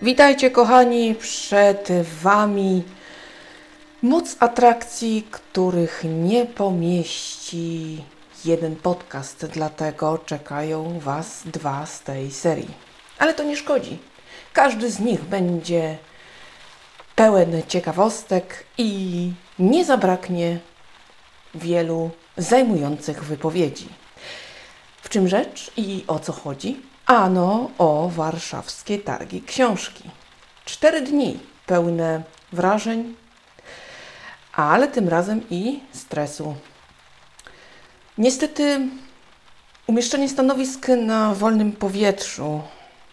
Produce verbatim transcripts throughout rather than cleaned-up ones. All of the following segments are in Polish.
Witajcie kochani, przed Wami moc atrakcji, których nie pomieści jeden podcast, dlatego czekają Was dwa z tej serii. Ale to nie szkodzi. Każdy z nich będzie pełen ciekawostek i nie zabraknie wielu zajmujących wypowiedzi. W czym rzecz i o co chodzi? Ano o warszawskie targi książki. Cztery dni pełne wrażeń, ale tym razem i stresu. Niestety umieszczenie stanowisk na wolnym powietrzu,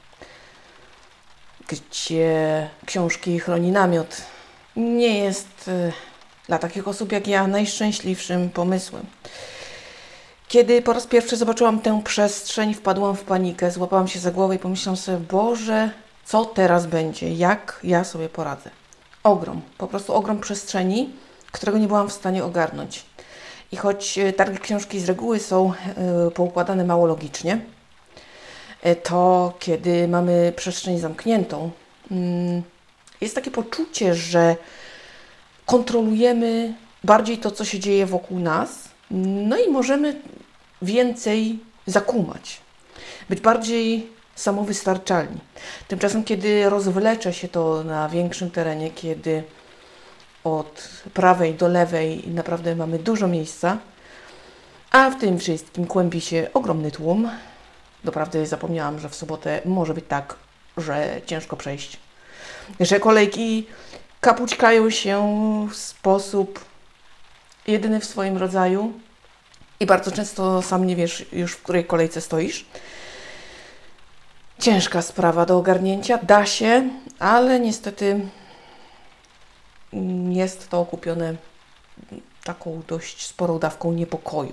gdzie książki chroni namiot, nie jest y, dla takich osób jak ja najszczęśliwszym pomysłem. Kiedy po raz pierwszy zobaczyłam tę przestrzeń, wpadłam w panikę, złapałam się za głowę i pomyślałam sobie, Boże, co teraz będzie, jak ja sobie poradzę. Ogrom, po prostu ogrom przestrzeni, którego nie byłam w stanie ogarnąć. I choć targi książki z reguły są y, poukładane mało logicznie, y, to kiedy mamy przestrzeń zamkniętą, y, jest takie poczucie, że kontrolujemy bardziej to, co się dzieje wokół nas, no i możemy więcej zakumać, być bardziej samowystarczalni. Tymczasem, kiedy rozwlecze się to na większym terenie, kiedy od prawej do lewej naprawdę mamy dużo miejsca, a w tym wszystkim kłębi się ogromny tłum. Doprawdy zapomniałam, że w sobotę może być tak, że ciężko przejść, że kolejki kapućkają się w sposób jedyny w swoim rodzaju i bardzo często sam nie wiesz już, w której kolejce stoisz. Ciężka sprawa do ogarnięcia, da się, ale niestety jest to okupione taką dość sporą dawką niepokoju.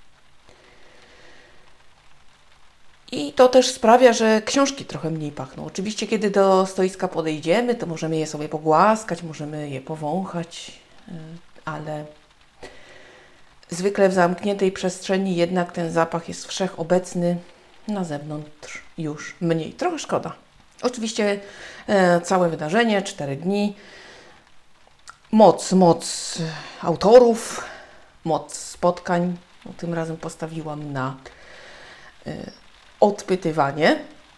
I to też sprawia, że książki trochę mniej pachną. Oczywiście, kiedy do stoiska podejdziemy, to możemy je sobie pogłaskać, możemy je powąchać, ale zwykle w zamkniętej przestrzeni jednak ten zapach jest wszechobecny, na zewnątrz już mniej. Trochę szkoda. Oczywiście e, całe wydarzenie, cztery dni, moc, moc autorów, moc spotkań. No, tym razem postawiłam na e, odpytywanie.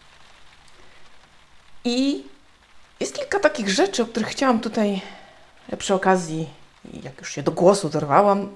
I jest kilka takich rzeczy, o których chciałam tutaj przy okazji, jak już się do głosu dorwałam,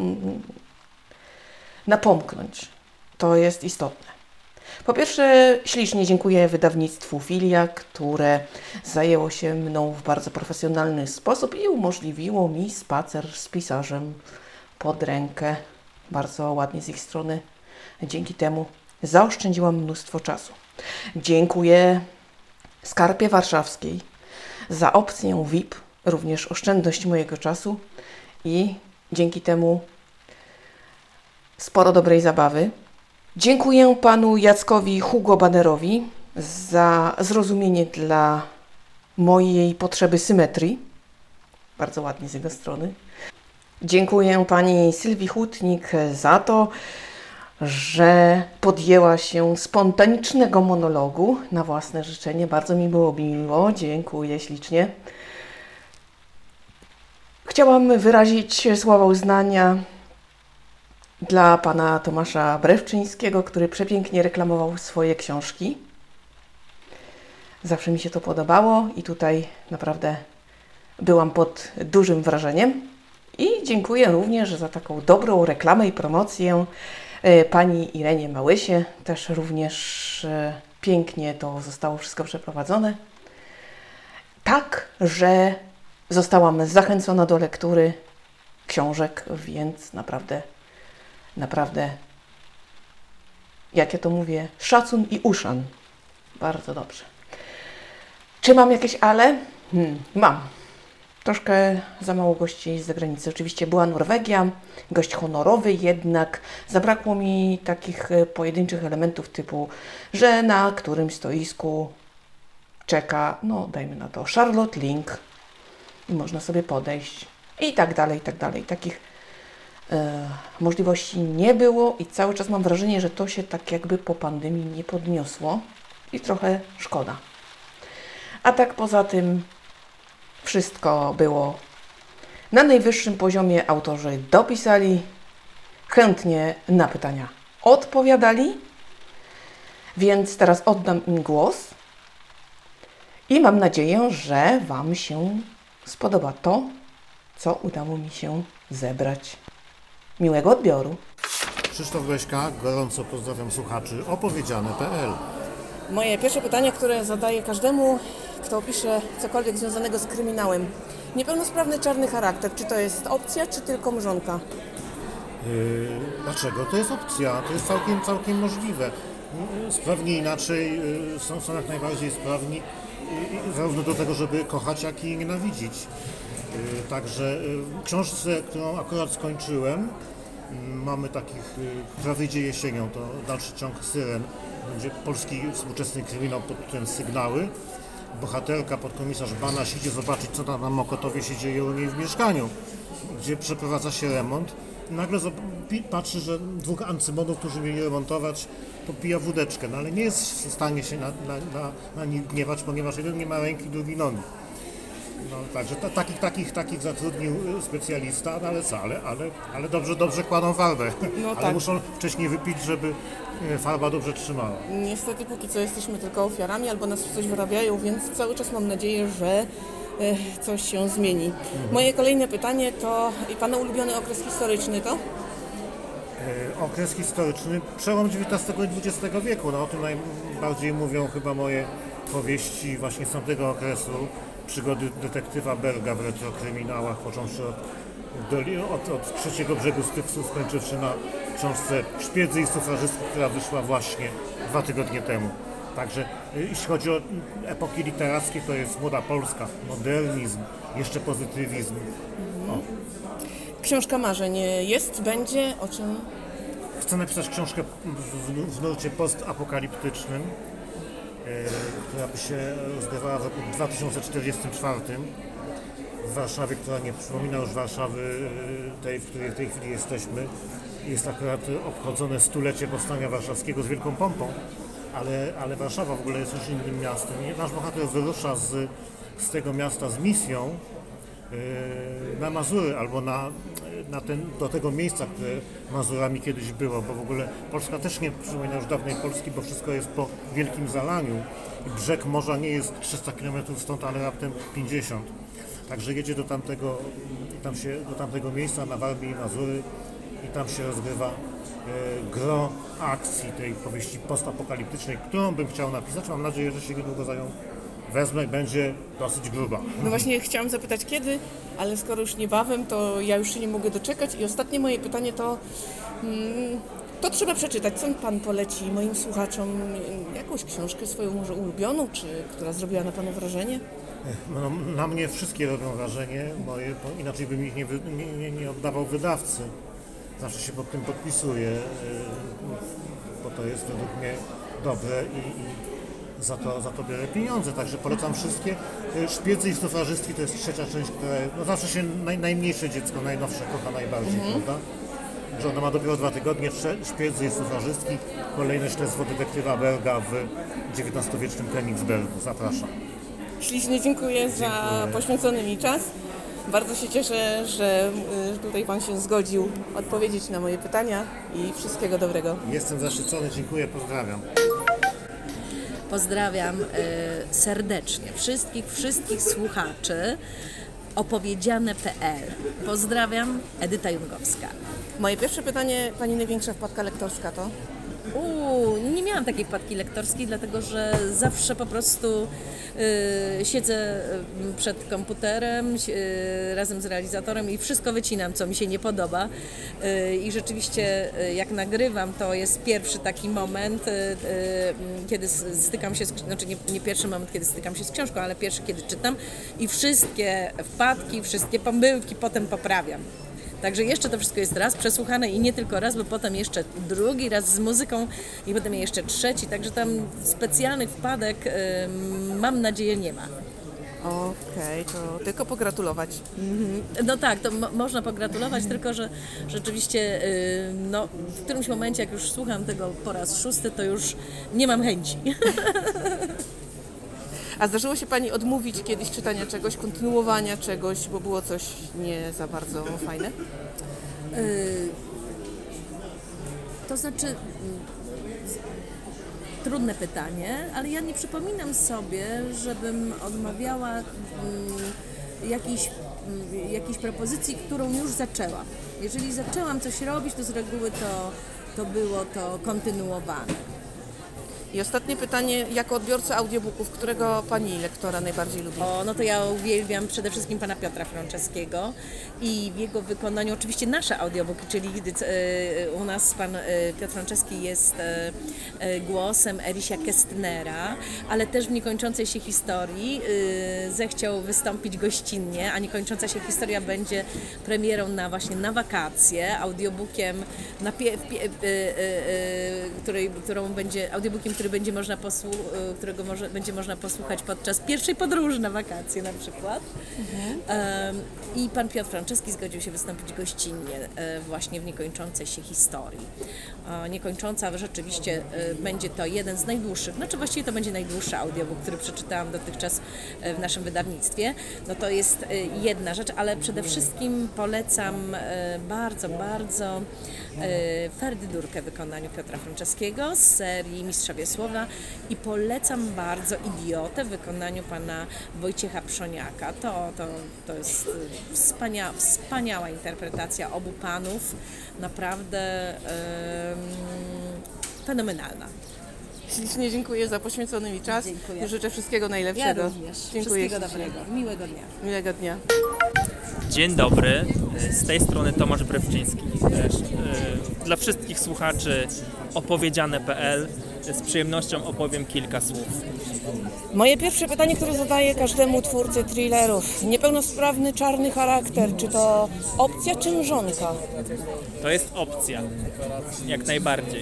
napomknąć. To jest istotne. Po pierwsze, ślicznie dziękuję wydawnictwu Filia, które zajęło się mną w bardzo profesjonalny sposób i umożliwiło mi spacer z pisarzem pod rękę. Bardzo ładnie z ich strony. Dzięki temu zaoszczędziłam mnóstwo czasu. Dziękuję Skarpie Warszawskiej za opcję V I P, również oszczędność mojego czasu i dzięki temu sporo dobrej zabawy. Dziękuję panu Jackowi Hugo Banerowi za zrozumienie dla mojej potrzeby symetrii. Bardzo ładnie z jego strony. Dziękuję pani Sylwii Hutnik za to, że podjęła się spontanicznego monologu na własne życzenie. Bardzo mi było miło. Dziękuję ślicznie. Chciałam wyrazić słowa uznania dla pana Tomasza Brewczyńskiego, który przepięknie reklamował swoje książki. Zawsze mi się to podobało i tutaj naprawdę byłam pod dużym wrażeniem. I dziękuję również za taką dobrą reklamę i promocję pani Irenie Małysie. Też również pięknie to zostało wszystko przeprowadzone. Tak, że zostałam zachęcona do lektury książek, więc naprawdę Naprawdę, jak ja to mówię, szacun i uszan. Bardzo dobrze. Czy mam jakieś ale? Hmm, mam. Troszkę za mało gości z zagranicy. Oczywiście była Norwegia, gość honorowy, jednak zabrakło mi takich pojedynczych elementów typu, że na którymś stoisku czeka, no dajmy na to, Charlotte Link i można sobie podejść i tak dalej, i tak dalej. Takich e, możliwości nie było i cały czas mam wrażenie, że to się tak jakby po pandemii nie podniosło i trochę szkoda. A tak poza tym wszystko było na najwyższym poziomie. Autorzy dopisali, chętnie na pytania odpowiadali, więc teraz oddam im głos i mam nadzieję, że Wam się spodoba to, co udało mi się zebrać. Miłego odbioru. Krzysztof Beśka, gorąco pozdrawiam słuchaczy opowiedziane kropka pe el. Moje pierwsze pytanie, które zadaję każdemu, kto pisze cokolwiek związanego z kryminałem. Niepełnosprawny czarny charakter, czy to jest opcja, czy tylko mrzonka? Yy, dlaczego? To jest opcja, to jest całkiem, całkiem możliwe. Yy, Sprawni inaczej, yy, są, są jak najbardziej sprawni, yy, zarówno do tego, żeby kochać, jak i nienawidzić. Yy, Także yy, w książce, którą akurat skończyłem, yy, mamy takich, yy, która wyjdzie jesienią, to dalszy ciąg Syren, będzie polski współczesny kryminał pod tytułem Sygnały. Bohaterka, podkomisarz Banaś idzie zobaczyć, co tam na Mokotowie się dzieje u niej w mieszkaniu, gdzie przeprowadza się remont. I nagle patrzy, że dwóch ancymonów, którzy mieli remontować, popija wódeczkę, no ale nie jest w stanie się na, na, na, na nich gniewać, ponieważ jeden nie ma ręki, drugi nogi. No, także ta, takich, takich, takich zatrudnił specjalista, no ale co, ale, ale, ale dobrze, dobrze kładą farbę, No ale tak. muszą wcześniej wypić, żeby farba dobrze trzymała. Niestety póki co jesteśmy tylko ofiarami albo nas w coś wyrabiają, więc cały czas mam nadzieję, że e, coś się zmieni. Mhm. Moje kolejne pytanie to i Pana ulubiony okres historyczny to? E, Okres historyczny, przełom dziewiętnastego i dwudziestego wieku, no o tym najbardziej mówią chyba moje powieści właśnie z tamtego okresu. Przygody detektywa Berga w retrokryminałach, począwszy od, od, od Trzeciego Brzegu Styxu, skończywszy na książce Szpiedzy i sufrażystki, która wyszła właśnie dwa tygodnie temu. Także jeśli chodzi o epoki literackie, to jest Młoda Polska, modernizm, jeszcze pozytywizm. O. Książka marzeń jest, będzie, o czym? Chcę napisać książkę w, w nurcie postapokaliptycznym, która by się rozgrywała w roku dwa tysiące czterdziestym czwartym w Warszawie, która nie przypomina już Warszawy tej, w której w tej chwili jesteśmy. Jest akurat obchodzone stulecie powstania warszawskiego z wielką pompą, ale, ale Warszawa w ogóle jest już innym miastem. Nasz bohater wyrusza z, z tego miasta z misją na Mazury albo na, na ten, do tego miejsca, które Mazurami kiedyś było, bo w ogóle Polska też nie przypomina już dawnej Polski, bo wszystko jest po wielkim zalaniu i brzeg morza nie jest trzysta kilometrów stąd, ale raptem pięćdziesiąt. Także jedzie do tamtego, tam się, do tamtego miejsca na Warmii i Mazury i tam się rozgrywa e, gro akcji tej powieści postapokaliptycznej, którą bym chciał napisać. Mam nadzieję, że się niedługo za nią wezmę i będzie dosyć gruba. No właśnie chciałam zapytać kiedy, ale skoro już niebawem, to ja już się nie mogę doczekać. I ostatnie moje pytanie to, hmm, to trzeba przeczytać. Co Pan poleci moim słuchaczom? Jakąś książkę swoją może ulubioną, czy która zrobiła na Pana wrażenie? No, na mnie wszystkie robią wrażenie moje, bo inaczej bym ich nie, wy, nie, nie, nie oddawał wydawcy. Zawsze się pod tym podpisuję, bo to jest według mnie dobre i, i za to, za to biorę pieniądze, także polecam wszystkie. Szpiedzy i sufrażystki to jest trzecia część, która no zawsze się naj, najmniejsze dziecko, najnowsze kocha najbardziej, mhm. prawda? Że ona ma dopiero dwa tygodnie, Szpiedzy i sufrażystki, kolejne śledztwo detektywa Berga w dziewiętnastowiecznym Königsbergu. Zapraszam. Ślicznie dziękuję, dziękuję za poświęcony mi czas. Bardzo się cieszę, że tutaj Pan się zgodził odpowiedzieć na moje pytania i wszystkiego dobrego. Jestem zaszczycony, dziękuję, pozdrawiam. Pozdrawiam y, serdecznie wszystkich, wszystkich słuchaczy opowiedziane kropka pe el. Pozdrawiam, Edyta Jungowska. Moje pierwsze pytanie, Pani największa wpadka lektorska to? Uuu, nie miałam takiej wpadki lektorskiej, dlatego że zawsze po prostu y, siedzę przed komputerem y, razem z realizatorem i wszystko wycinam, co mi się nie podoba. Y, I rzeczywiście y, jak nagrywam, to jest pierwszy taki moment, y, y, kiedy stykam się, z, znaczy nie, nie pierwszy moment, kiedy stykam się z książką, ale pierwszy, kiedy czytam i wszystkie wpadki, wszystkie pomyłki potem poprawiam. Także jeszcze to wszystko jest raz przesłuchane i nie tylko raz, bo potem jeszcze drugi raz z muzyką i potem jeszcze trzeci, także tam specjalnych wpadek y, mam nadzieję nie ma. Okej, okay, to tylko pogratulować. Mhm. No tak, to mo- można pogratulować, tylko że rzeczywiście y, no, w którymś momencie, jak już słucham tego po raz szósty, to już nie mam chęci. A zdarzyło się Pani odmówić kiedyś czytania czegoś, kontynuowania czegoś, bo było coś nie za bardzo fajne? Y, To znaczy, mm, trudne pytanie, ale ja nie przypominam sobie, żebym odmawiała mm, jakiejś, mm, jakiejś propozycji, którą już zaczęłam. Jeżeli zaczęłam coś robić, to z reguły to, to było to kontynuowane. I ostatnie pytanie, jako odbiorca audiobooków, którego Pani lektora najbardziej lubi? O, no to ja uwielbiam przede wszystkim pana Piotra Franceskiego i w jego wykonaniu oczywiście nasze audiobooki, czyli e, u nas pan e, Piotr Franceski jest e, e, głosem Erisia Kestnera, ale też w Niekończącej się historii e, zechciał wystąpić gościnnie, a Niekończąca się historia będzie premierą na właśnie na wakacje, audiobookiem, na pie, pie, e, e, e, której, którą będzie audiobookiem, który będzie można posłu- którego może, będzie można posłuchać podczas pierwszej podróży na wakacje na przykład. Mhm. Um, I pan Piotr Franceski zgodził się wystąpić gościnnie e, właśnie w Niekończącej się historii. E, Niekończąca rzeczywiście e, będzie to jeden z najdłuższych, znaczy właściwie to będzie najdłuższy audiobook, który przeczytałam dotychczas e, w naszym wydawnictwie. No to jest e, jedna rzecz, ale przede wszystkim polecam e, bardzo, bardzo e, Ferdydurkę w wykonaniu Piotra Franceskiego z serii Mistrzowie Słowa i polecam bardzo Idiotę w wykonaniu pana Wojciecha Przoniaka. To, to, to jest wspania, wspaniała interpretacja obu panów, naprawdę em, fenomenalna. Ślicznie dziękuję za poświęcony mi czas. Dziękuję. Życzę wszystkiego Ja najlepszego. również. Dziękuję Wszystkiego ślicznie. dobrego. Miłego dnia. Miłego dnia. Dzień dobry, z tej strony Tomasz Brewczyński. Też, e, dla wszystkich słuchaczy opowiedziane kropka pe el z przyjemnością opowiem kilka słów. Moje pierwsze pytanie, które zadaję każdemu twórcy thrillerów. Niepełnosprawny czarny charakter, czy to opcja, czy mrzonka? To jest opcja, jak najbardziej.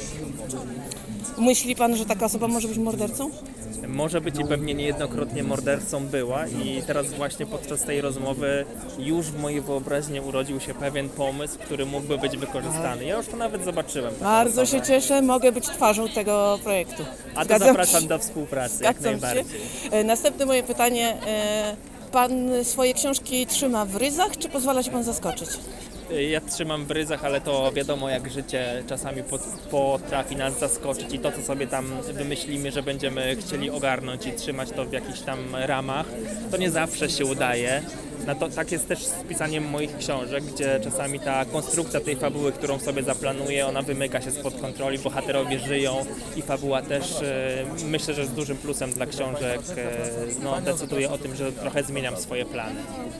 Myśli pan, że taka osoba może być mordercą? Może być i pewnie niejednokrotnie mordercą była i teraz właśnie podczas tej rozmowy już w mojej wyobraźni urodził się pewien pomysł, który mógłby być wykorzystany. Ja już to nawet zobaczyłem. taką Bardzo się osobę. cieszę, mogę być twarzą tego projektu. A to Zgadzam zapraszam się. do współpracy, jak Zgadzam się. najbardziej. E, Następne moje pytanie. e, Pan swoje książki trzyma w ryzach, czy pozwala się pan zaskoczyć? Ja trzymam w ryzach, ale to wiadomo, jak życie czasami pot- potrafi nas zaskoczyć i to, co sobie tam wymyślimy, że będziemy chcieli ogarnąć i trzymać to w jakichś tam ramach, to nie zawsze się udaje. No to, tak jest też z pisaniem moich książek, gdzie czasami ta konstrukcja tej fabuły, którą sobie zaplanuję, ona wymyka się spod kontroli, bohaterowie żyją i fabuła też e, myślę, że z dużym plusem dla książek e, no, decyduje o tym, że trochę zmieniam swoje plany.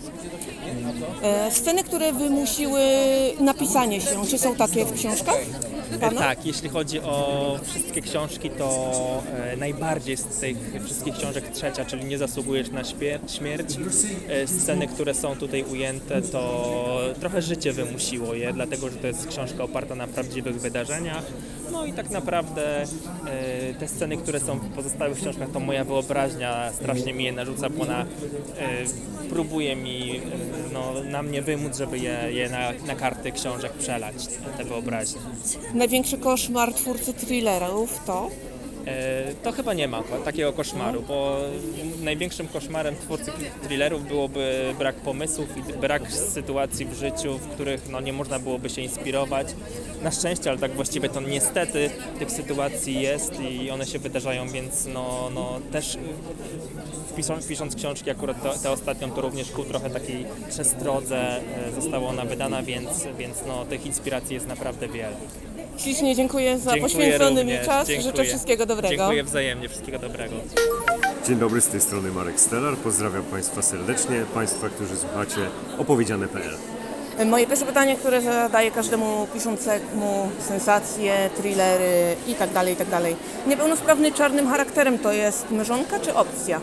E, Sceny, które wymusiły napisanie się, czy są takie w książkach E, pana? Tak, jeśli chodzi o wszystkie książki, to e, najbardziej z tych wszystkich książek trzecia, czyli Nie zasługujesz na śpier- śmierć. E, sceny, które są tutaj ujęte, to trochę życie wymusiło je, dlatego że to jest książka oparta na prawdziwych wydarzeniach. No i tak naprawdę e, te sceny, które są w pozostałych książkach, to moja wyobraźnia strasznie mi je narzuca, bo ona e, próbuje mi, e, no, na mnie wymóc, żeby je, je na, na karty książek przelać, te wyobraźnie. Największy koszmar twórcy thrillerów to? E, To chyba nie ma ko- takiego koszmaru, bo największym koszmarem twórcy thrillerów byłoby brak pomysłów i brak sytuacji w życiu, w których no, nie można byłoby się inspirować. Na szczęście, ale tak właściwie to niestety tych sytuacji jest i one się wydarzają, więc no, no też pisząc, pisząc książki, akurat te, te ostatnią, to również ku trochę takiej przestrodze e, została ona wydana, więc, więc no, tych inspiracji jest naprawdę wiele. Ślicznie dziękuję za Dziękuję poświęcony mi również, czas. dziękuję. Życzę wszystkiego dobrego. Dziękuję wzajemnie, wszystkiego dobrego. Dzień dobry, z tej strony Marek Stelar. Pozdrawiam Państwa serdecznie, Państwa, którzy słuchacie opowiedziane kropka pe el. Moje pierwsze pytanie, które zadaję każdemu piszącemu sensacje, thrillery i tak dalej, i tak dalej. Niepełnosprawny czarnym charakterem to jest mrzonka czy opcja?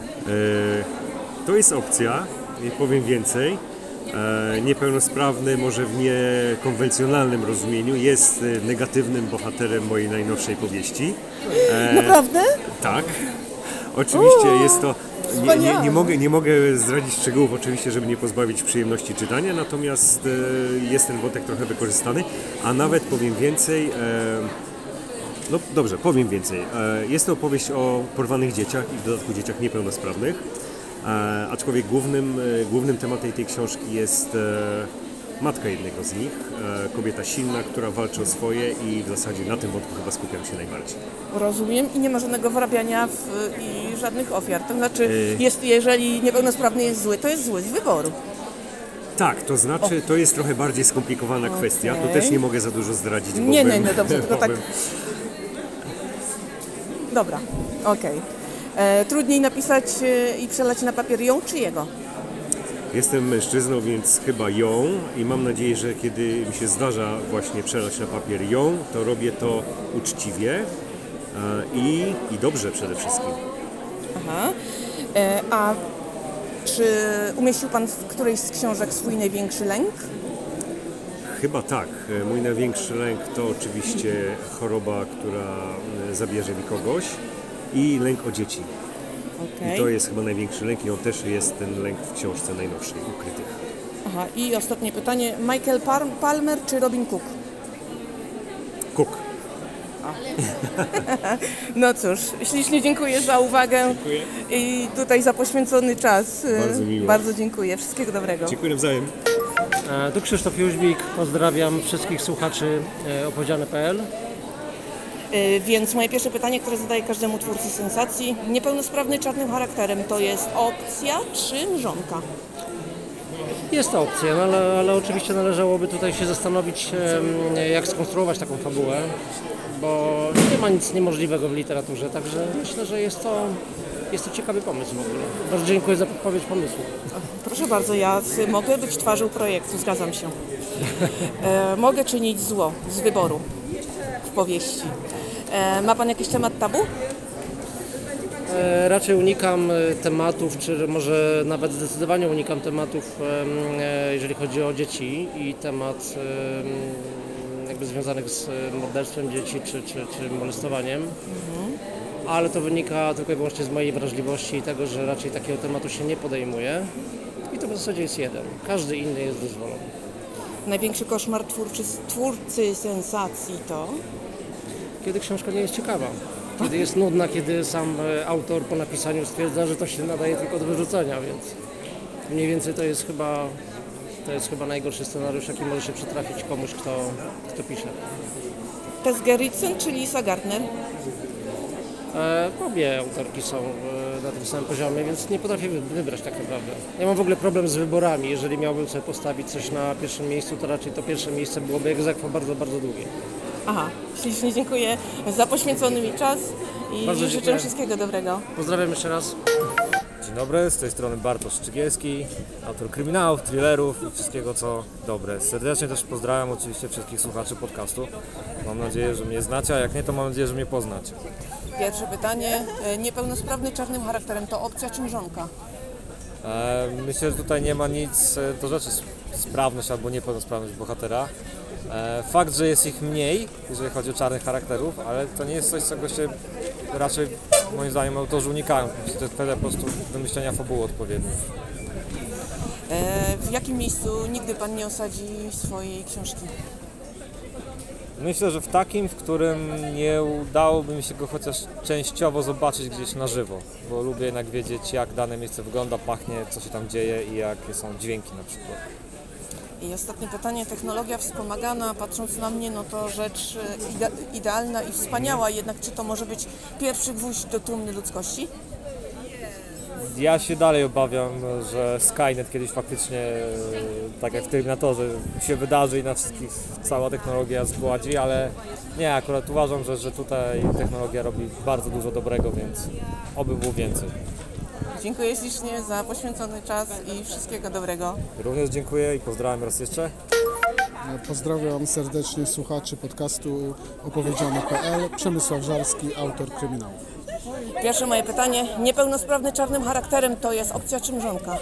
E, To jest opcja, i powiem więcej. E, Niepełnosprawny, może w niekonwencjonalnym rozumieniu, jest e, negatywnym bohaterem mojej najnowszej powieści. Naprawdę? Tak. Oczywiście jest to. Nie, nie, wspaniale. nie, mogę, nie mogę zdradzić szczegółów, oczywiście, żeby nie pozbawić przyjemności czytania, natomiast e, jest ten wątek trochę wykorzystany, a nawet powiem więcej. E, No dobrze, powiem więcej. E, Jest to opowieść o porwanych dzieciach i w dodatku dzieciach niepełnosprawnych. E, Aczkolwiek głównym, e, głównym tematem tej książki jest e, matka jednego z nich. E, Kobieta silna, która walczy o swoje i w zasadzie na tym wątku chyba skupiam się najbardziej. Rozumiem i nie ma żadnego wrabiania w, i żadnych ofiar. To znaczy, Y- jest, jeżeli niepełnosprawny jest zły, to jest zły z wyboru. Tak, to znaczy to jest trochę bardziej skomplikowana kwestia. Tu Okej. też nie mogę za dużo zdradzić, bo Nie, bym, nie, no dobrze, tylko bo tak. bym- Dobra, okej. E, Trudniej napisać e, i przelać na papier ją czy jego? Jestem mężczyzną, więc chyba ją i mam nadzieję, że kiedy mi się zdarza właśnie przelać na papier ją, to robię to uczciwie e, i, i dobrze przede wszystkim. Aha. E, a czy umieścił Pan w którejś z książek swój największy lęk? Chyba tak. E, Mój największy lęk to oczywiście choroba, która e, zabierze mi kogoś i lęk o dzieci. Okej. I to jest chyba największy lęk i on też jest ten lęk w książce najnowszej, Ukrytych. Aha. I ostatnie pytanie. Michael Par- Palmer czy Robin Cook? Cook. No cóż, ślicznie dziękuję za uwagę Dziękuję. i tutaj za poświęcony czas. E, Bardzo miło. Bardzo dziękuję. Wszystkiego dobrego. Dziękuję nawzajem. E, Tu Krzysztof Jóźwik, pozdrawiam wszystkich słuchaczy e, opowiedziane kropka pe el. Y, Więc moje pierwsze pytanie, które zadaję każdemu twórcy sensacji. Niepełnosprawny czarnym charakterem to jest opcja czy mrzonka? Jest to opcja, no ale, ale oczywiście należałoby tutaj się zastanowić, em, jak skonstruować taką fabułę, bo nie ma nic niemożliwego w literaturze, także myślę, że jest to, jest to ciekawy pomysł w ogóle. Bardzo dziękuję za podpowiedź pomysłu. Proszę bardzo, ja z- mogę być twarzą projektu, zgadzam się. E, mogę czynić zło z wyboru w powieści. E, ma Pan jakiś temat tabu? E, Raczej unikam e, tematów, czy może nawet zdecydowanie unikam tematów, em, e, jeżeli chodzi o dzieci i temat em, jakby związanych z e, morderstwem dzieci czy, czy, czy molestowaniem. Ale to wynika tylko i wyłącznie z mojej wrażliwości i tego, że raczej takiego tematu się nie podejmuje. I to w zasadzie jest jeden. Każdy inny jest dozwolony. Największy koszmar twórcy, twórcy sensacji to... Kiedy książka nie jest ciekawa, kiedy jest nudna, kiedy sam e, autor po napisaniu stwierdza, że to się nadaje tylko do wyrzucenia, więc mniej więcej to jest chyba, to jest chyba najgorszy scenariusz, jaki może się przytrafić komuś, kto, kto pisze. Tess Gerritsen czy Lisa Gardner? E, obie autorki są e, na tym samym poziomie, więc nie potrafię wy- wybrać tak naprawdę. Ja mam w ogóle problem z wyborami. Jeżeli miałbym sobie postawić coś na pierwszym miejscu, to raczej to pierwsze miejsce byłoby egz aequo bardzo, bardzo długie. Aha, ślicznie dziękuję za poświęcony mi czas i Bardzo życzę dziękuję. wszystkiego dobrego. Pozdrawiam jeszcze raz. Dzień dobry, z tej strony Bartosz Szczygielski, autor kryminałów, thrillerów i wszystkiego co dobre. Serdecznie też pozdrawiam oczywiście wszystkich słuchaczy podcastu. Mam nadzieję, że mnie znacie, a jak nie, to mam nadzieję, że mnie poznacie. Pierwsze pytanie. E, Niepełnosprawny czarnym charakterem to opcja czy mrzonka? E, myślę, że tutaj nie ma nic e, do rzeczy, sp- sprawność albo niepełnosprawność bohatera. E, fakt, że jest ich mniej, jeżeli chodzi o czarnych charakterów, ale to nie jest coś, czego się raczej moim zdaniem autorzy unikają. To jest kwestia po prostu wymyślenia fabuły odpowiedniej. E, W jakim miejscu nigdy Pan nie osadzi swojej książki? Myślę, że w takim, w którym nie udałoby mi się go chociaż częściowo zobaczyć gdzieś na żywo, bo lubię jednak wiedzieć, jak dane miejsce wygląda, pachnie, co się tam dzieje i jakie są dźwięki na przykład. I ostatnie pytanie. Technologia wspomagana, patrząc na mnie, no to rzecz e, ide- idealna i wspaniała, jednak czy to może być pierwszy gwóźdź do trumny ludzkości? Ja się dalej obawiam, że Skynet kiedyś faktycznie, e, tak jak w Terminatorze, się wydarzy i na wszystkich cała technologia zgładzi, ale nie, akurat uważam, że, że tutaj technologia robi bardzo dużo dobrego, więc oby było więcej. Dziękuję ślicznie za poświęcony czas i wszystkiego dobrego. Również dziękuję i pozdrawiam raz jeszcze. Pozdrawiam serdecznie słuchaczy podcastu opowiedziane kropka pe el. Przemysław Żarski, autor kryminałów. Pierwsze moje pytanie. Niepełnosprawny czarnym charakterem to jest opcja czy mrzonka?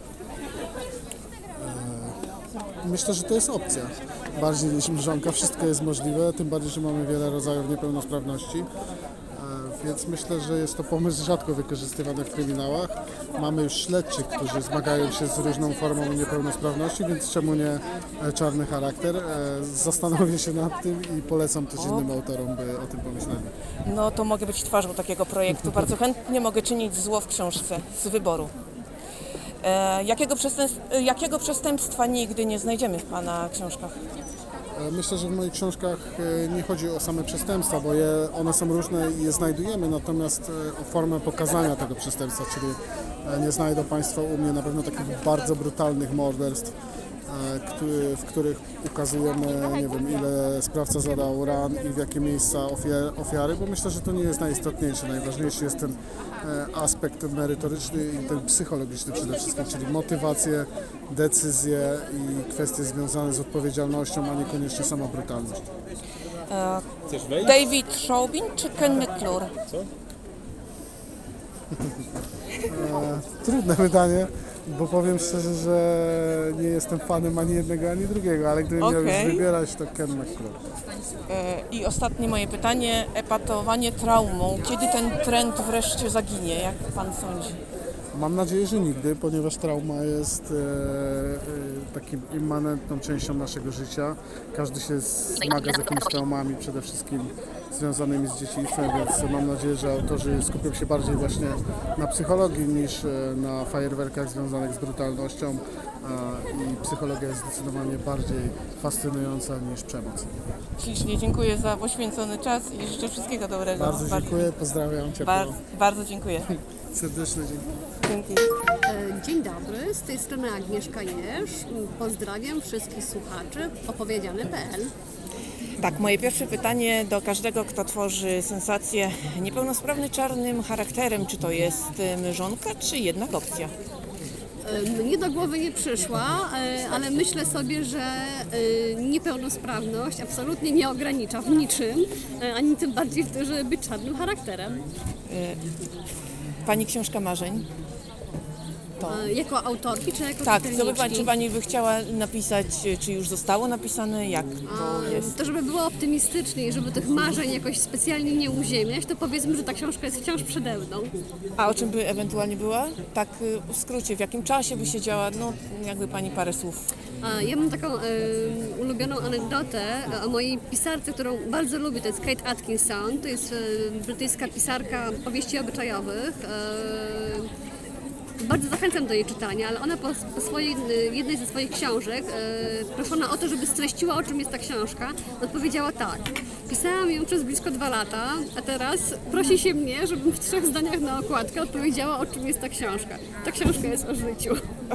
Myślę, że to jest opcja. Bardziej niż mrzonka, wszystko jest możliwe, tym bardziej, że mamy wiele rodzajów niepełnosprawności. E, więc myślę, że jest to pomysł rzadko wykorzystywany w kryminałach. Mamy już śledczych, którzy zmagają się z różną formą niepełnosprawności, więc czemu nie e, czarny charakter? E, Zastanowię się nad tym i polecam też innym autorom, by o tym pomyśleli. No to mogę być twarzą takiego projektu. Bardzo chętnie mogę czynić zło w książce z wyboru. E, jakiego, przestępstw- jakiego przestępstwa nigdy nie znajdziemy w Pana książkach? E, Myślę, że w moich książkach e, nie chodzi o same przestępstwa, bo je, one są różne i je znajdujemy, natomiast e, o formę pokazania tego przestępstwa, czyli e, nie znajdą Państwo u mnie na pewno takich bardzo brutalnych morderstw, e, który, w których ukazujemy, nie wiem, ile sprawca zadał ran i w jakie miejsca ofiar, ofiary, bo myślę, że to nie jest najistotniejsze. Najważniejszy jest ten e, aspekt merytoryczny i ten psychologiczny przede wszystkim, czyli motywacje, decyzje i kwestie związane z odpowiedzialnością, a niekoniecznie sama brutalność. E, David Chauvin czy Ken McClure? E, trudne pytanie, bo powiem szczerze, że nie jestem fanem ani jednego, ani drugiego, ale gdybym miał Okej. już wybierać, to Ken McClure. E, I ostatnie moje pytanie, epatowanie traumą. Kiedy ten trend wreszcie zaginie, jak Pan sądzi? Mam nadzieję, że nigdy, ponieważ trauma jest e, e, takim immanentną częścią naszego życia. Każdy się zmaga z jakimiś traumami, przede wszystkim związanymi z dzieciństwem, więc mam nadzieję, że autorzy skupią się bardziej właśnie na psychologii niż e, na fajerwerkach związanych z brutalnością a, i psychologia jest zdecydowanie bardziej fascynująca niż przemoc. Ślicznie dziękuję za poświęcony czas i życzę wszystkiego dobrego. Bardzo dziękuję, pozdrawiam ciepło. Bar- bardzo dziękuję. Serdeczne dzięki. Dzięki. E, Dzień dobry, z tej strony Agnieszka Jerz. Pozdrawiam wszystkich słuchaczy opowiedziane kropka pe el. Tak, moje pierwsze pytanie do każdego, kto tworzy sensację. Niepełnosprawny czarnym charakterem, czy to jest y, mrzonka, czy jednak opcja? E, Mnie do głowy nie przyszła, e, ale myślę sobie, że e, niepełnosprawność absolutnie nie ogranicza w niczym, e, ani tym bardziej w tym, żeby być czarnym charakterem. Pani książka marzeń? To. E, Jako autorki czy jako Tak, co by pani, czytelniczki? czy Pani by chciała napisać, czy już zostało napisane, jak to A, jest? To żeby było optymistycznie i żeby tych marzeń jakoś specjalnie nie uziemiać, to powiedzmy, że ta książka jest wciąż przede mną. A o czym by ewentualnie była? Tak y, w skrócie, w jakim czasie by się działa? No, jakby Pani parę słów. A, Ja mam taką e, ulubioną anegdotę o mojej pisarce, którą bardzo lubię, to jest Kate Atkinson, to jest e, brytyjska pisarka powieści obyczajowych. E, Bardzo zachęcam do jej czytania, ale ona po, po swojej, jednej ze swoich książek, e, proszona o to, żeby streściła, o czym jest ta książka, odpowiedziała tak. Pisałam ją przez blisko dwa lata, a teraz prosi się mnie, żebym w trzech zdaniach na okładkę odpowiedziała, o czym jest ta książka. Ta książka jest o życiu.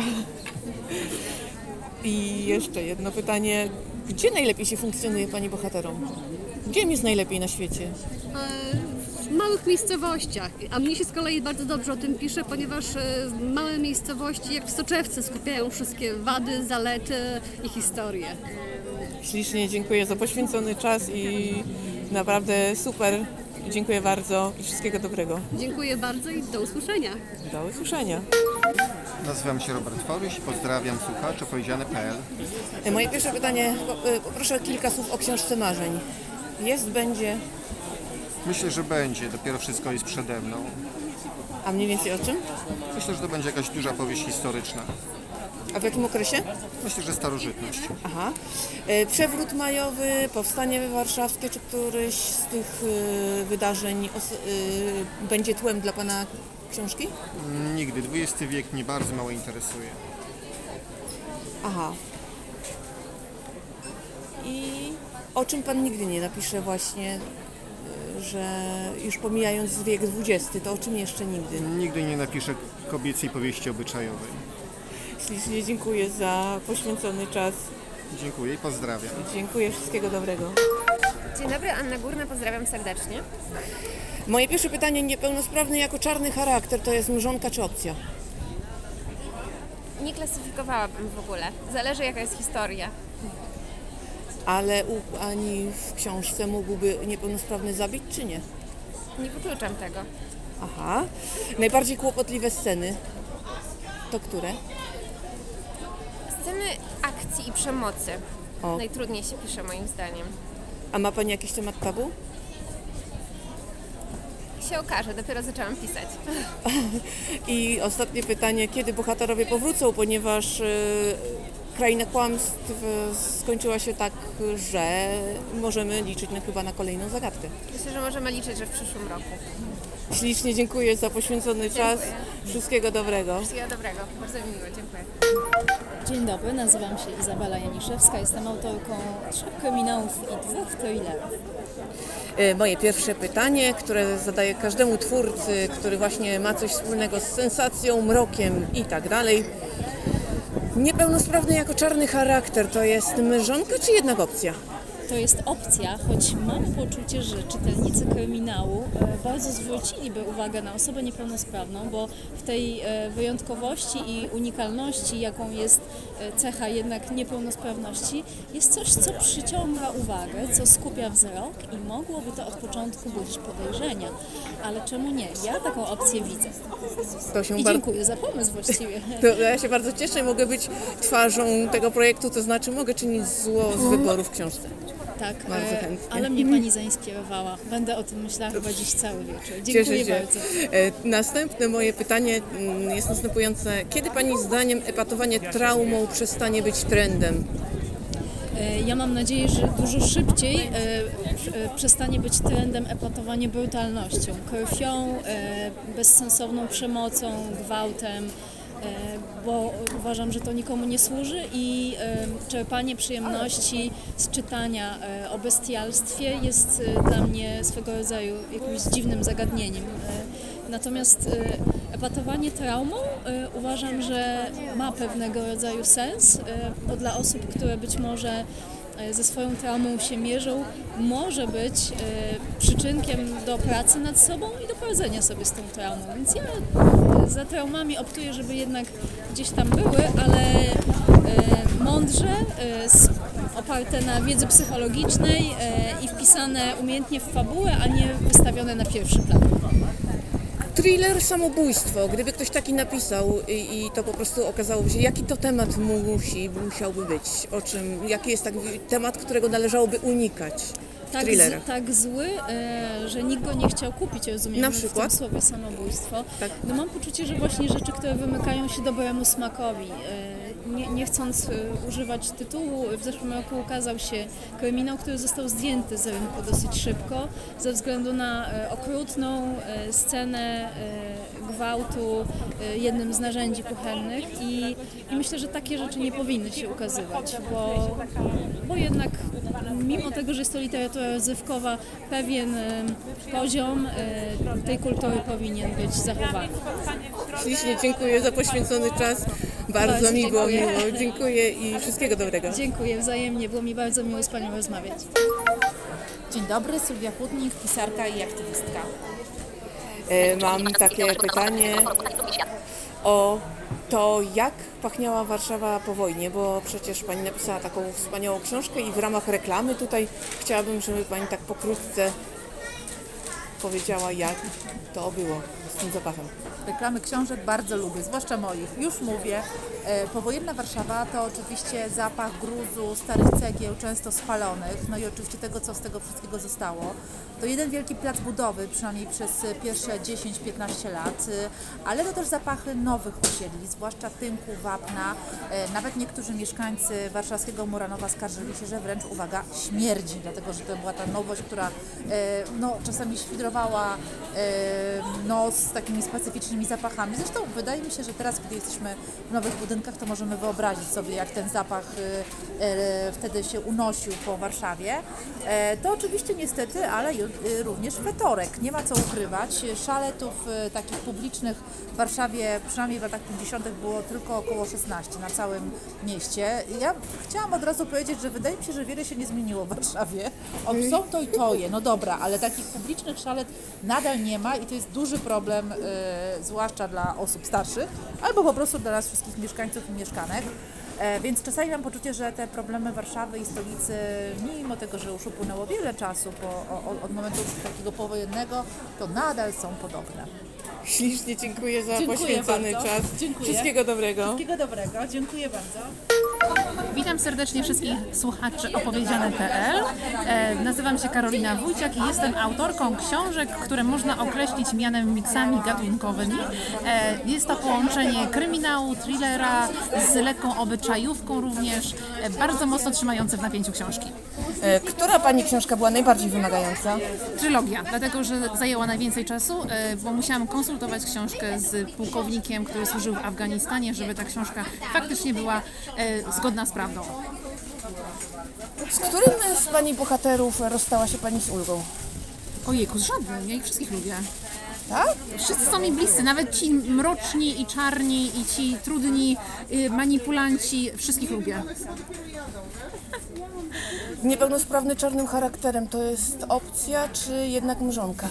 I jeszcze jedno pytanie. Gdzie najlepiej się funkcjonuje Pani bohaterom? Gdzie im jest najlepiej na świecie? E, W małych miejscowościach, a mnie się z kolei bardzo dobrze o tym pisze, ponieważ e, małe miejscowości jak w soczewce skupiają wszystkie wady, zalety i historie. Ślicznie dziękuję za poświęcony czas i naprawdę super. Dziękuję bardzo i wszystkiego dobrego. Dziękuję bardzo i do usłyszenia. Do usłyszenia. Nazywam się Robert Foryś, pozdrawiam słuchaczy opowiedziane kropka pe el. Moje pierwsze pytanie, po- poproszę o kilka słów o książce marzeń. Jest, będzie, Myślę, że będzie, dopiero wszystko jest przede mną. a mniej więcej o czym? Myślę, że to będzie jakaś duża powieść historyczna. A w jakim okresie? Myślę, że starożytność. Aha. E, Przewrót majowy, powstanie warszawskie, czy któryś z tych e, wydarzeń os- e, będzie tłem dla Pana książki? Nigdy. dwudziesty wiek mnie bardzo mało interesuje. Aha. I o czym Pan nigdy nie napisze właśnie, e, że już pomijając wiek dwudziesty, to o czym jeszcze nigdy? Nigdy nie napiszę kobiecej powieści obyczajowej. Ślicznie dziękuję za poświęcony czas. Dziękuję i pozdrawiam. Dziękuję, wszystkiego dobrego. Dzień dobry, Anna Górna, pozdrawiam serdecznie. Moje pierwsze pytanie, niepełnosprawny jako czarny charakter, to jest mrzonka czy opcja? Nie klasyfikowałabym w ogóle. Zależy, jaka jest historia. Ale u Pani w książce mógłby niepełnosprawny zabić, czy nie? Nie wykluczam tego. Aha. Najbardziej kłopotliwe sceny to które? Sceny akcji i przemocy. O. Najtrudniej się pisze, moim zdaniem. A ma Pani jakiś temat tabu? się okaże, dopiero zaczęłam pisać. I ostatnie pytanie, kiedy bohaterowie powrócą, ponieważ y, Kraina Kłamstw y, skończyła się tak, że możemy liczyć na, chyba na kolejną zagadkę. Myślę, że możemy liczyć, że w przyszłym roku. Ślicznie dziękuję za poświęcony czas. Wszystkiego dobrego. Wszystkiego dobrego, bardzo mi miło, dziękuję. Dzień dobry, nazywam się Izabela Janiszewska, jestem autorką trzech kryminałów i dwóch thrillerów. E, Moje pierwsze pytanie, które zadaję każdemu twórcy, który właśnie ma coś wspólnego z sensacją, mrokiem i tak dalej. Niepełnosprawny jako czarny charakter to jest mężonka czy jednak opcja? To jest opcja, choć mam poczucie, że czytelnicy kryminału e, bardzo zwróciliby uwagę na osobę niepełnosprawną, bo w tej e, wyjątkowości i unikalności, jaką jest e, cecha jednak niepełnosprawności, jest coś, co przyciąga uwagę, co skupia wzrok i mogłoby to od początku budzić podejrzenia. Ale czemu nie? Ja taką opcję widzę. To się I bar- dziękuję za pomysł właściwie. To ja się bardzo cieszę, mogę być twarzą tego projektu, to znaczy mogę czynić zło z wyboru w książce. Tak, Bardzo e, chętnie. ale mnie Pani zainspirowała. Będę o tym myślała chyba dziś cały wieczór. Dziękuję Cieszę się. bardzo. E, Następne moje pytanie mm, jest następujące. Kiedy Pani zdaniem epatowanie traumą przestanie być trendem? E, Ja mam nadzieję, że dużo szybciej e, e, przestanie być trendem epatowanie brutalnością, krwią, e, bezsensowną przemocą, gwałtem, e, bo uważam, że to nikomu nie służy i e, czerpanie przyjemności z czytania e, o bestialstwie jest e, dla mnie swego rodzaju jakimś dziwnym zagadnieniem. E, Natomiast e, epatowanie traumą e, uważam, że ma pewnego rodzaju sens, e, bo dla osób, które być może e, ze swoją traumą się mierzą, może być e, przyczynkiem do pracy nad sobą i do poradzenia sobie z tą traumą. Więc ja e, za traumami optuję, żeby jednak gdzieś tam były, ale e, mądrze, e, s- oparte na wiedzy psychologicznej e, i wpisane umiejętnie w fabułę, a nie wystawione na pierwszy plan. Thriller samobójstwo, gdyby ktoś taki napisał i, i to po prostu okazałoby się, jaki to temat mu musi, musiałby być, o czym, jaki jest tak temat, którego należałoby unikać w Tak, thrillerach? z, tak zły, e, że nikt go nie chciał kupić, rozumiem, Na w przykład? tym słowie samobójstwo. Tak. No mam poczucie, że właśnie rzeczy, które wymykają się dobremu smakowi. E, nie, nie chcąc e, używać tytułu, w zeszłym roku ukazał się kryminał, który został zdjęty z rynku dosyć szybko, ze względu na e, okrutną e, scenę e, gwałtu e, jednym z narzędzi kuchennych i, i myślę, że takie rzeczy nie powinny się ukazywać, bo, bo jednak mimo tego, że jest to literatura rozrywkowa, pewien e, poziom e, tej kultury powinien być zachowany. Ślicznie dziękuję za poświęcony czas, bardzo Bardzo mi było dziękuję. miło, dziękuję i wszystkiego dobrego. Dziękuję wzajemnie, było mi bardzo miło z Panią rozmawiać. Dzień dobry, Sylwia Chłodnik, pisarka i aktywistka. E, Mam takie pytanie o to, jak pachniała Warszawa po wojnie, bo przecież Pani napisała taką wspaniałą książkę i w ramach reklamy tutaj chciałabym, żeby Pani tak pokrótce powiedziała, jak to było z tym zapachem. Reklamy książek bardzo lubię, zwłaszcza moich. Już mówię, e, powojenna Warszawa to oczywiście zapach gruzu, starych cegieł, często spalonych, no i oczywiście tego, co z tego wszystkiego zostało. To jeden wielki plac budowy, przynajmniej przez pierwsze dziesięć piętnaście lat, e, ale to też zapachy nowych osiedli, zwłaszcza tynku, wapna. E, nawet niektórzy mieszkańcy warszawskiego Muranowa skarżyli się, że wręcz, uwaga, śmierdzi, dlatego że to była ta nowość, która e, no, czasami świdrowała e, nos z takimi specyficznymi zapachami. Zresztą wydaje mi się, że teraz, kiedy jesteśmy w nowych budynkach, to możemy wyobrazić sobie, jak ten zapach e, e, wtedy się unosił po Warszawie. E, to oczywiście niestety, ale ju, e, również fetorek. Nie ma co ukrywać. Szaletów e, takich publicznych w Warszawie, przynajmniej w latach pięćdziesiątych było tylko około szesnaście na całym mieście. Ja chciałam od razu powiedzieć, że wydaje mi się, że wiele się nie zmieniło w Warszawie. O, są to i toje, no dobra, ale takich publicznych szalet nadal nie ma i to jest duży problem, e, zwłaszcza dla osób starszych, albo po prostu dla nas wszystkich mieszkańców i mieszkanek. E, więc czasami mam poczucie, że te problemy Warszawy i stolicy, mimo tego, że już upłynęło wiele czasu po, o, od momentu takiego powojennego, to nadal są podobne. Ślicznie dziękuję za Dziękuję poświęcony bardzo. czas. Dziękuję. Wszystkiego dobrego. Wszystkiego dobrego, dziękuję bardzo. Witam serdecznie wszystkich słuchaczy opowiedziane kropka pe el. E, nazywam się Karolina Wójciak i jestem autorką książek, które można określić mianem miksami gatunkowymi. E, jest to połączenie kryminału, thrillera z lekką obyczajówką również, e, bardzo mocno trzymające w napięciu książki. E, Która Pani książka była najbardziej wymagająca? Trylogia, dlatego że zajęła najwięcej czasu, e, bo musiałam konsultować książkę z pułkownikiem, który służył w Afganistanie, żeby ta książka faktycznie była e, zgodna z prawdą. Z którym z Pani bohaterów rozstała się Pani z ulgą? Ojejku, z żadnym, ja ich wszystkich lubię. Tak? Wszyscy są mi bliscy, nawet ci mroczni i czarni i ci trudni y, manipulanci, wszystkich lubię. Niepełnosprawny czarnym charakterem to jest opcja, czy jednak mrzonka?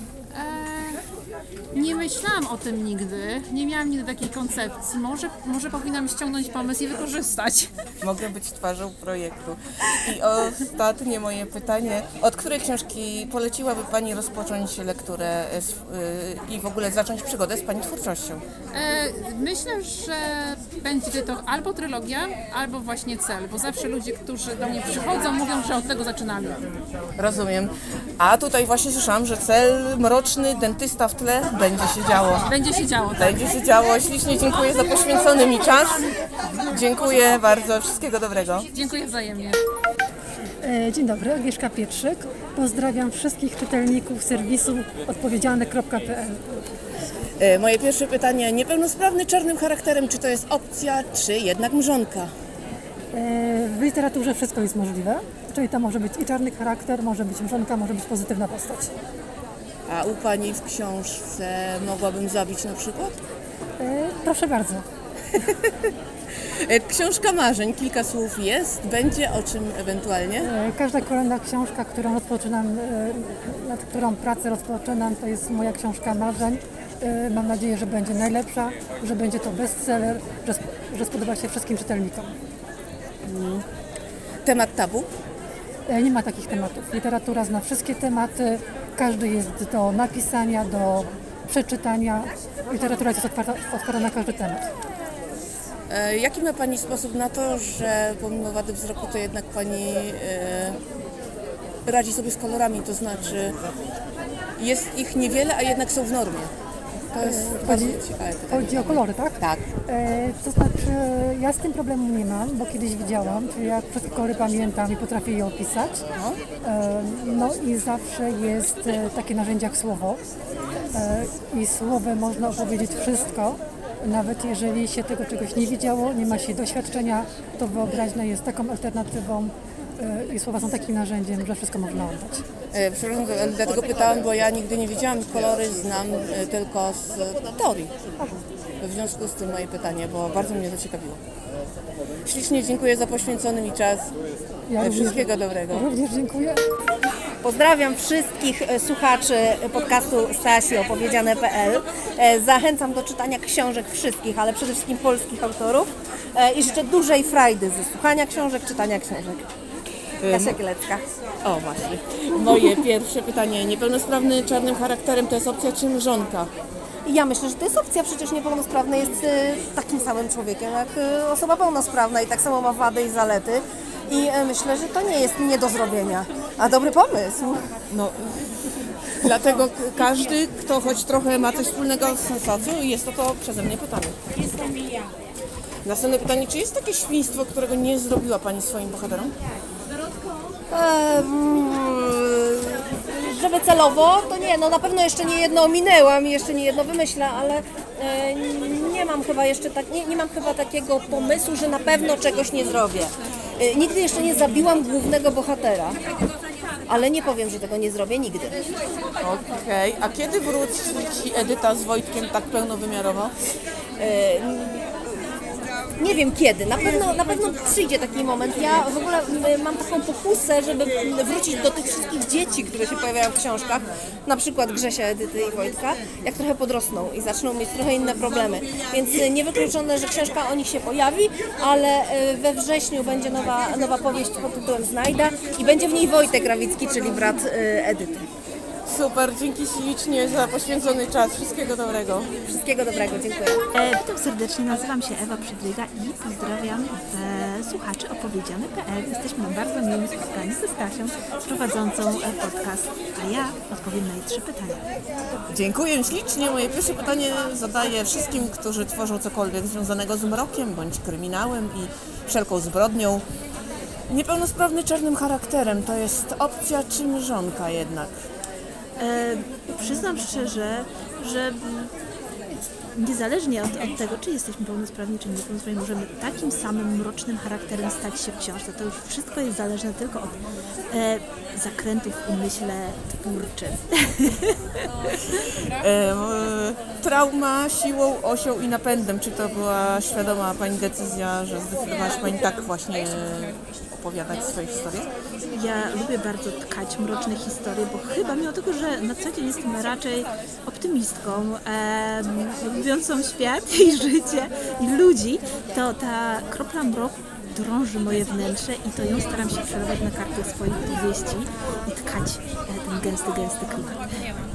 Nie myślałam o tym nigdy, nie miałam nigdy takiej koncepcji. Może, może powinnam ściągnąć pomysł i wykorzystać. Mogę być twarzą projektu. I ostatnie moje pytanie. Od której książki poleciłaby Pani rozpocząć lekturę i w ogóle zacząć przygodę z Pani twórczością? E, myślę, że będzie to albo trylogia, albo właśnie Cel, bo zawsze ludzie, którzy do mnie przychodzą, mówią, że od tego zaczynali. Rozumiem. A tutaj właśnie słyszałam, że Cel, mroczny, dentysta w tle, będzie się działo. Będzie się działo, tak. Będzie się działo. Ślicznie dziękuję za poświęcony mi czas. Dziękuję bardzo. Wszystkiego dobrego. Dziękuję wzajemnie. Dzień dobry, Agnieszka Pietrzyk. Pozdrawiam wszystkich czytelników serwisu odpowiedzialne kropka pe el. Moje pierwsze pytanie. Niepełnosprawny czarnym charakterem, czy to jest opcja, czy jednak mrzonka? W literaturze wszystko jest możliwe, czyli to może być i czarny charakter, może być mrzonka, może być pozytywna postać. A u Pani w książce mogłabym zabić na przykład? E, proszę bardzo. Książka marzeń, kilka słów jest, będzie o czym ewentualnie? E, każda kolejna książka, którą rozpoczynam, e, nad którą pracę rozpoczynam, to jest moja książka marzeń. E, mam nadzieję, że będzie najlepsza, że będzie to bestseller, że, że spodoba się wszystkim czytelnikom. Hmm. Temat tabu? E, nie ma takich tematów. Literatura zna wszystkie tematy, każdy jest do napisania, do przeczytania. Literatura jest otwarta, otwarta na każdy temat. E, jaki ma Pani sposób na to, że pomimo wady wzroku to jednak Pani e, radzi sobie z kolorami, to znaczy jest ich niewiele, a jednak są w normie? To jest e, bardzo chodzi, ciekawe. Chodzi o kolory, tak? Tak. E, to znaczy ja z tym problemu nie mam, bo kiedyś widziałam, czyli ja wszystkie kolory pamiętam i potrafię je opisać. No, e, no i zawsze jest e, takie narzędzie jak słowo. E, I słowem można opowiedzieć wszystko. Nawet jeżeli się tego czegoś nie widziało, nie ma się doświadczenia, to wyobraźnia jest taką alternatywą i słowa są takim narzędziem, że wszystko można oddać. E, przepraszam, dlatego pytałam, bo ja nigdy nie widziałam, kolory znam e, tylko z teorii. W związku z tym moje pytanie, bo bardzo mnie zaciekawiło. Ślicznie dziękuję za poświęcony mi czas. Ja Wszystkiego również, dobrego. Również dziękuję. Pozdrawiam wszystkich słuchaczy podcastu Stasi opowiedziane kropka pe el. Zachęcam do czytania książek wszystkich, ale przede wszystkim polskich autorów i życzę dużej frajdy ze słuchania książek, czytania książek. Kasia Kielecka. O właśnie. Moje pierwsze pytanie. Niepełnosprawny czarnym charakterem to jest opcja czy mrzonka? Ja myślę, że to jest opcja, przecież niepełnosprawny jest takim samym człowiekiem jak osoba pełnosprawna i tak samo ma wady i zalety. I myślę, że to nie jest nie do zrobienia, a dobry pomysł. No, dlatego każdy, kto choć trochę ma coś wspólnego z sensacją, jest to to przeze mnie pytanie. Jestem ja. Następne pytanie, czy jest takie świństwo, którego nie zrobiła Pani swoim bohaterom? Eee, żeby celowo, to nie, no na pewno jeszcze nie jedno ominęłam i jeszcze nie jedno wymyślę, ale e, nie mam chyba jeszcze tak, nie, nie mam chyba takiego pomysłu, że na pewno czegoś nie zrobię. E, nigdy jeszcze nie zabiłam głównego bohatera, ale nie powiem, że tego nie zrobię nigdy. Okej, okay. A kiedy wróci Edyta z Wojtkiem tak pełnowymiarowo? E, Nie wiem kiedy, na pewno, na pewno przyjdzie taki moment. Ja w ogóle mam taką pokusę, żeby wrócić do tych wszystkich dzieci, które się pojawiają w książkach, na przykład Grzesia, Edyty i Wojtka, jak trochę podrosną i zaczną mieć trochę inne problemy. Więc niewykluczone, że książka o nich się pojawi, ale we wrześniu będzie nowa, nowa powieść pod tytułem Znajda i będzie w niej Wojtek Rawicki, czyli brat Edyty. Super, dzięki ślicznie za poświęcony czas. Wszystkiego dobrego. Wszystkiego dobrego, dziękuję. E, witam serdecznie, nazywam się Ewa Przydryga i pozdrawiam e, słuchaczy opowiedziane kropka pe el. Jesteśmy na bardzo miłym spotkaniu ze Stasią, prowadzącą e, podcast, a ja odpowiem na jej trzy pytania. Dziękuję ślicznie. Moje pierwsze pytanie zadaję wszystkim, którzy tworzą cokolwiek związanego z mrokiem bądź kryminałem i wszelką zbrodnią. Niepełnosprawny czarnym charakterem to jest opcja czy mrzonka jednak? E, przyznam szczerze, że niezależnie od, od tego, czy jesteśmy pełnosprawni, czy niepełnosprawni, możemy takim samym mrocznym charakterem stać się w książce. To już wszystko jest zależne tylko od e, zakrętów w umyśle twórczym. E, trauma siłą, osią i napędem. Czy to była świadoma Pani decyzja, że zdecydowałaś Pani tak właśnie opowiadać swoje historie? Ja lubię bardzo tkać mroczne historie, bo chyba mimo tego, że na co dzień jestem raczej optymistką, e, lubiącą świat i życie i ludzi, to ta kropla mroku drąży moje wnętrze i to ją staram się przelewać na kartę swoich powieści i tkać e, ten gęsty, gęsty klimat.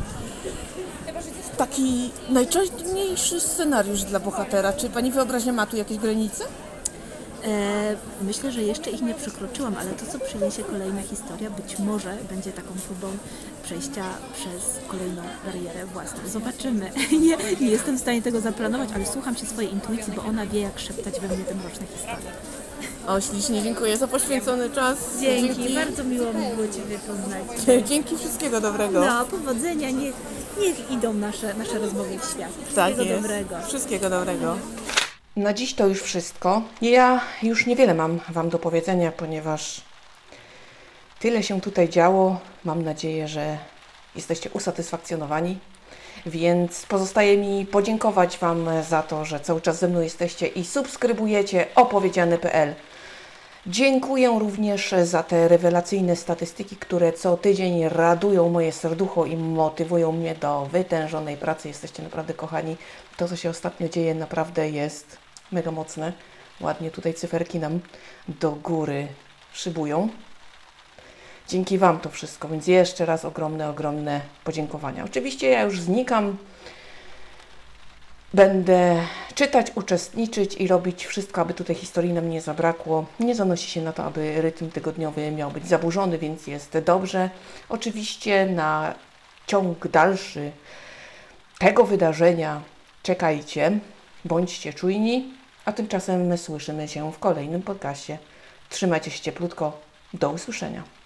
Taki najczarniejszy scenariusz dla bohatera. Czy Pani wyobraźnia ma tu jakieś granice? E, myślę, że jeszcze ich nie przekroczyłam, ale to, co przyniesie kolejna historia, być może będzie taką próbą przejścia przez kolejną barierę własną. Zobaczymy. Nie, nie jestem w stanie tego zaplanować, ale słucham się swojej intuicji, bo ona wie, jak szeptać we mnie te mroczne historie. O, ślicznie dziękuję za poświęcony czas. Dzięki, Dzięki. Bardzo miło mi było Ciebie poznać. Dzięki, wszystkiego dobrego. No, powodzenia, niech, niech idą nasze, nasze rozmowy w świat. Wszystkiego Tak jest. dobrego. Wszystkiego dobrego. Na dziś to już wszystko. Ja już niewiele mam Wam do powiedzenia, ponieważ tyle się tutaj działo. Mam nadzieję, że jesteście usatysfakcjonowani, więc pozostaje mi podziękować Wam za to, że cały czas ze mną jesteście i subskrybujecie opowiedziane kropka pe el. Dziękuję również za te rewelacyjne statystyki, które co tydzień radują moje serducho i motywują mnie do wytężonej pracy. Jesteście naprawdę kochani. To, co się ostatnio dzieje, naprawdę jest mega mocne. Ładnie tutaj cyferki nam do góry szybują. Dzięki Wam to wszystko, więc jeszcze raz ogromne, ogromne podziękowania. Oczywiście ja już znikam. Będę czytać, uczestniczyć i robić wszystko, aby tutaj historii nam nie zabrakło. Nie zanosi się na to, aby rytm tygodniowy miał być zaburzony, więc jest dobrze. Oczywiście na ciąg dalszy tego wydarzenia czekajcie, bądźcie czujni, a tymczasem my słyszymy się w kolejnym podcaście. Trzymajcie się cieplutko, do usłyszenia.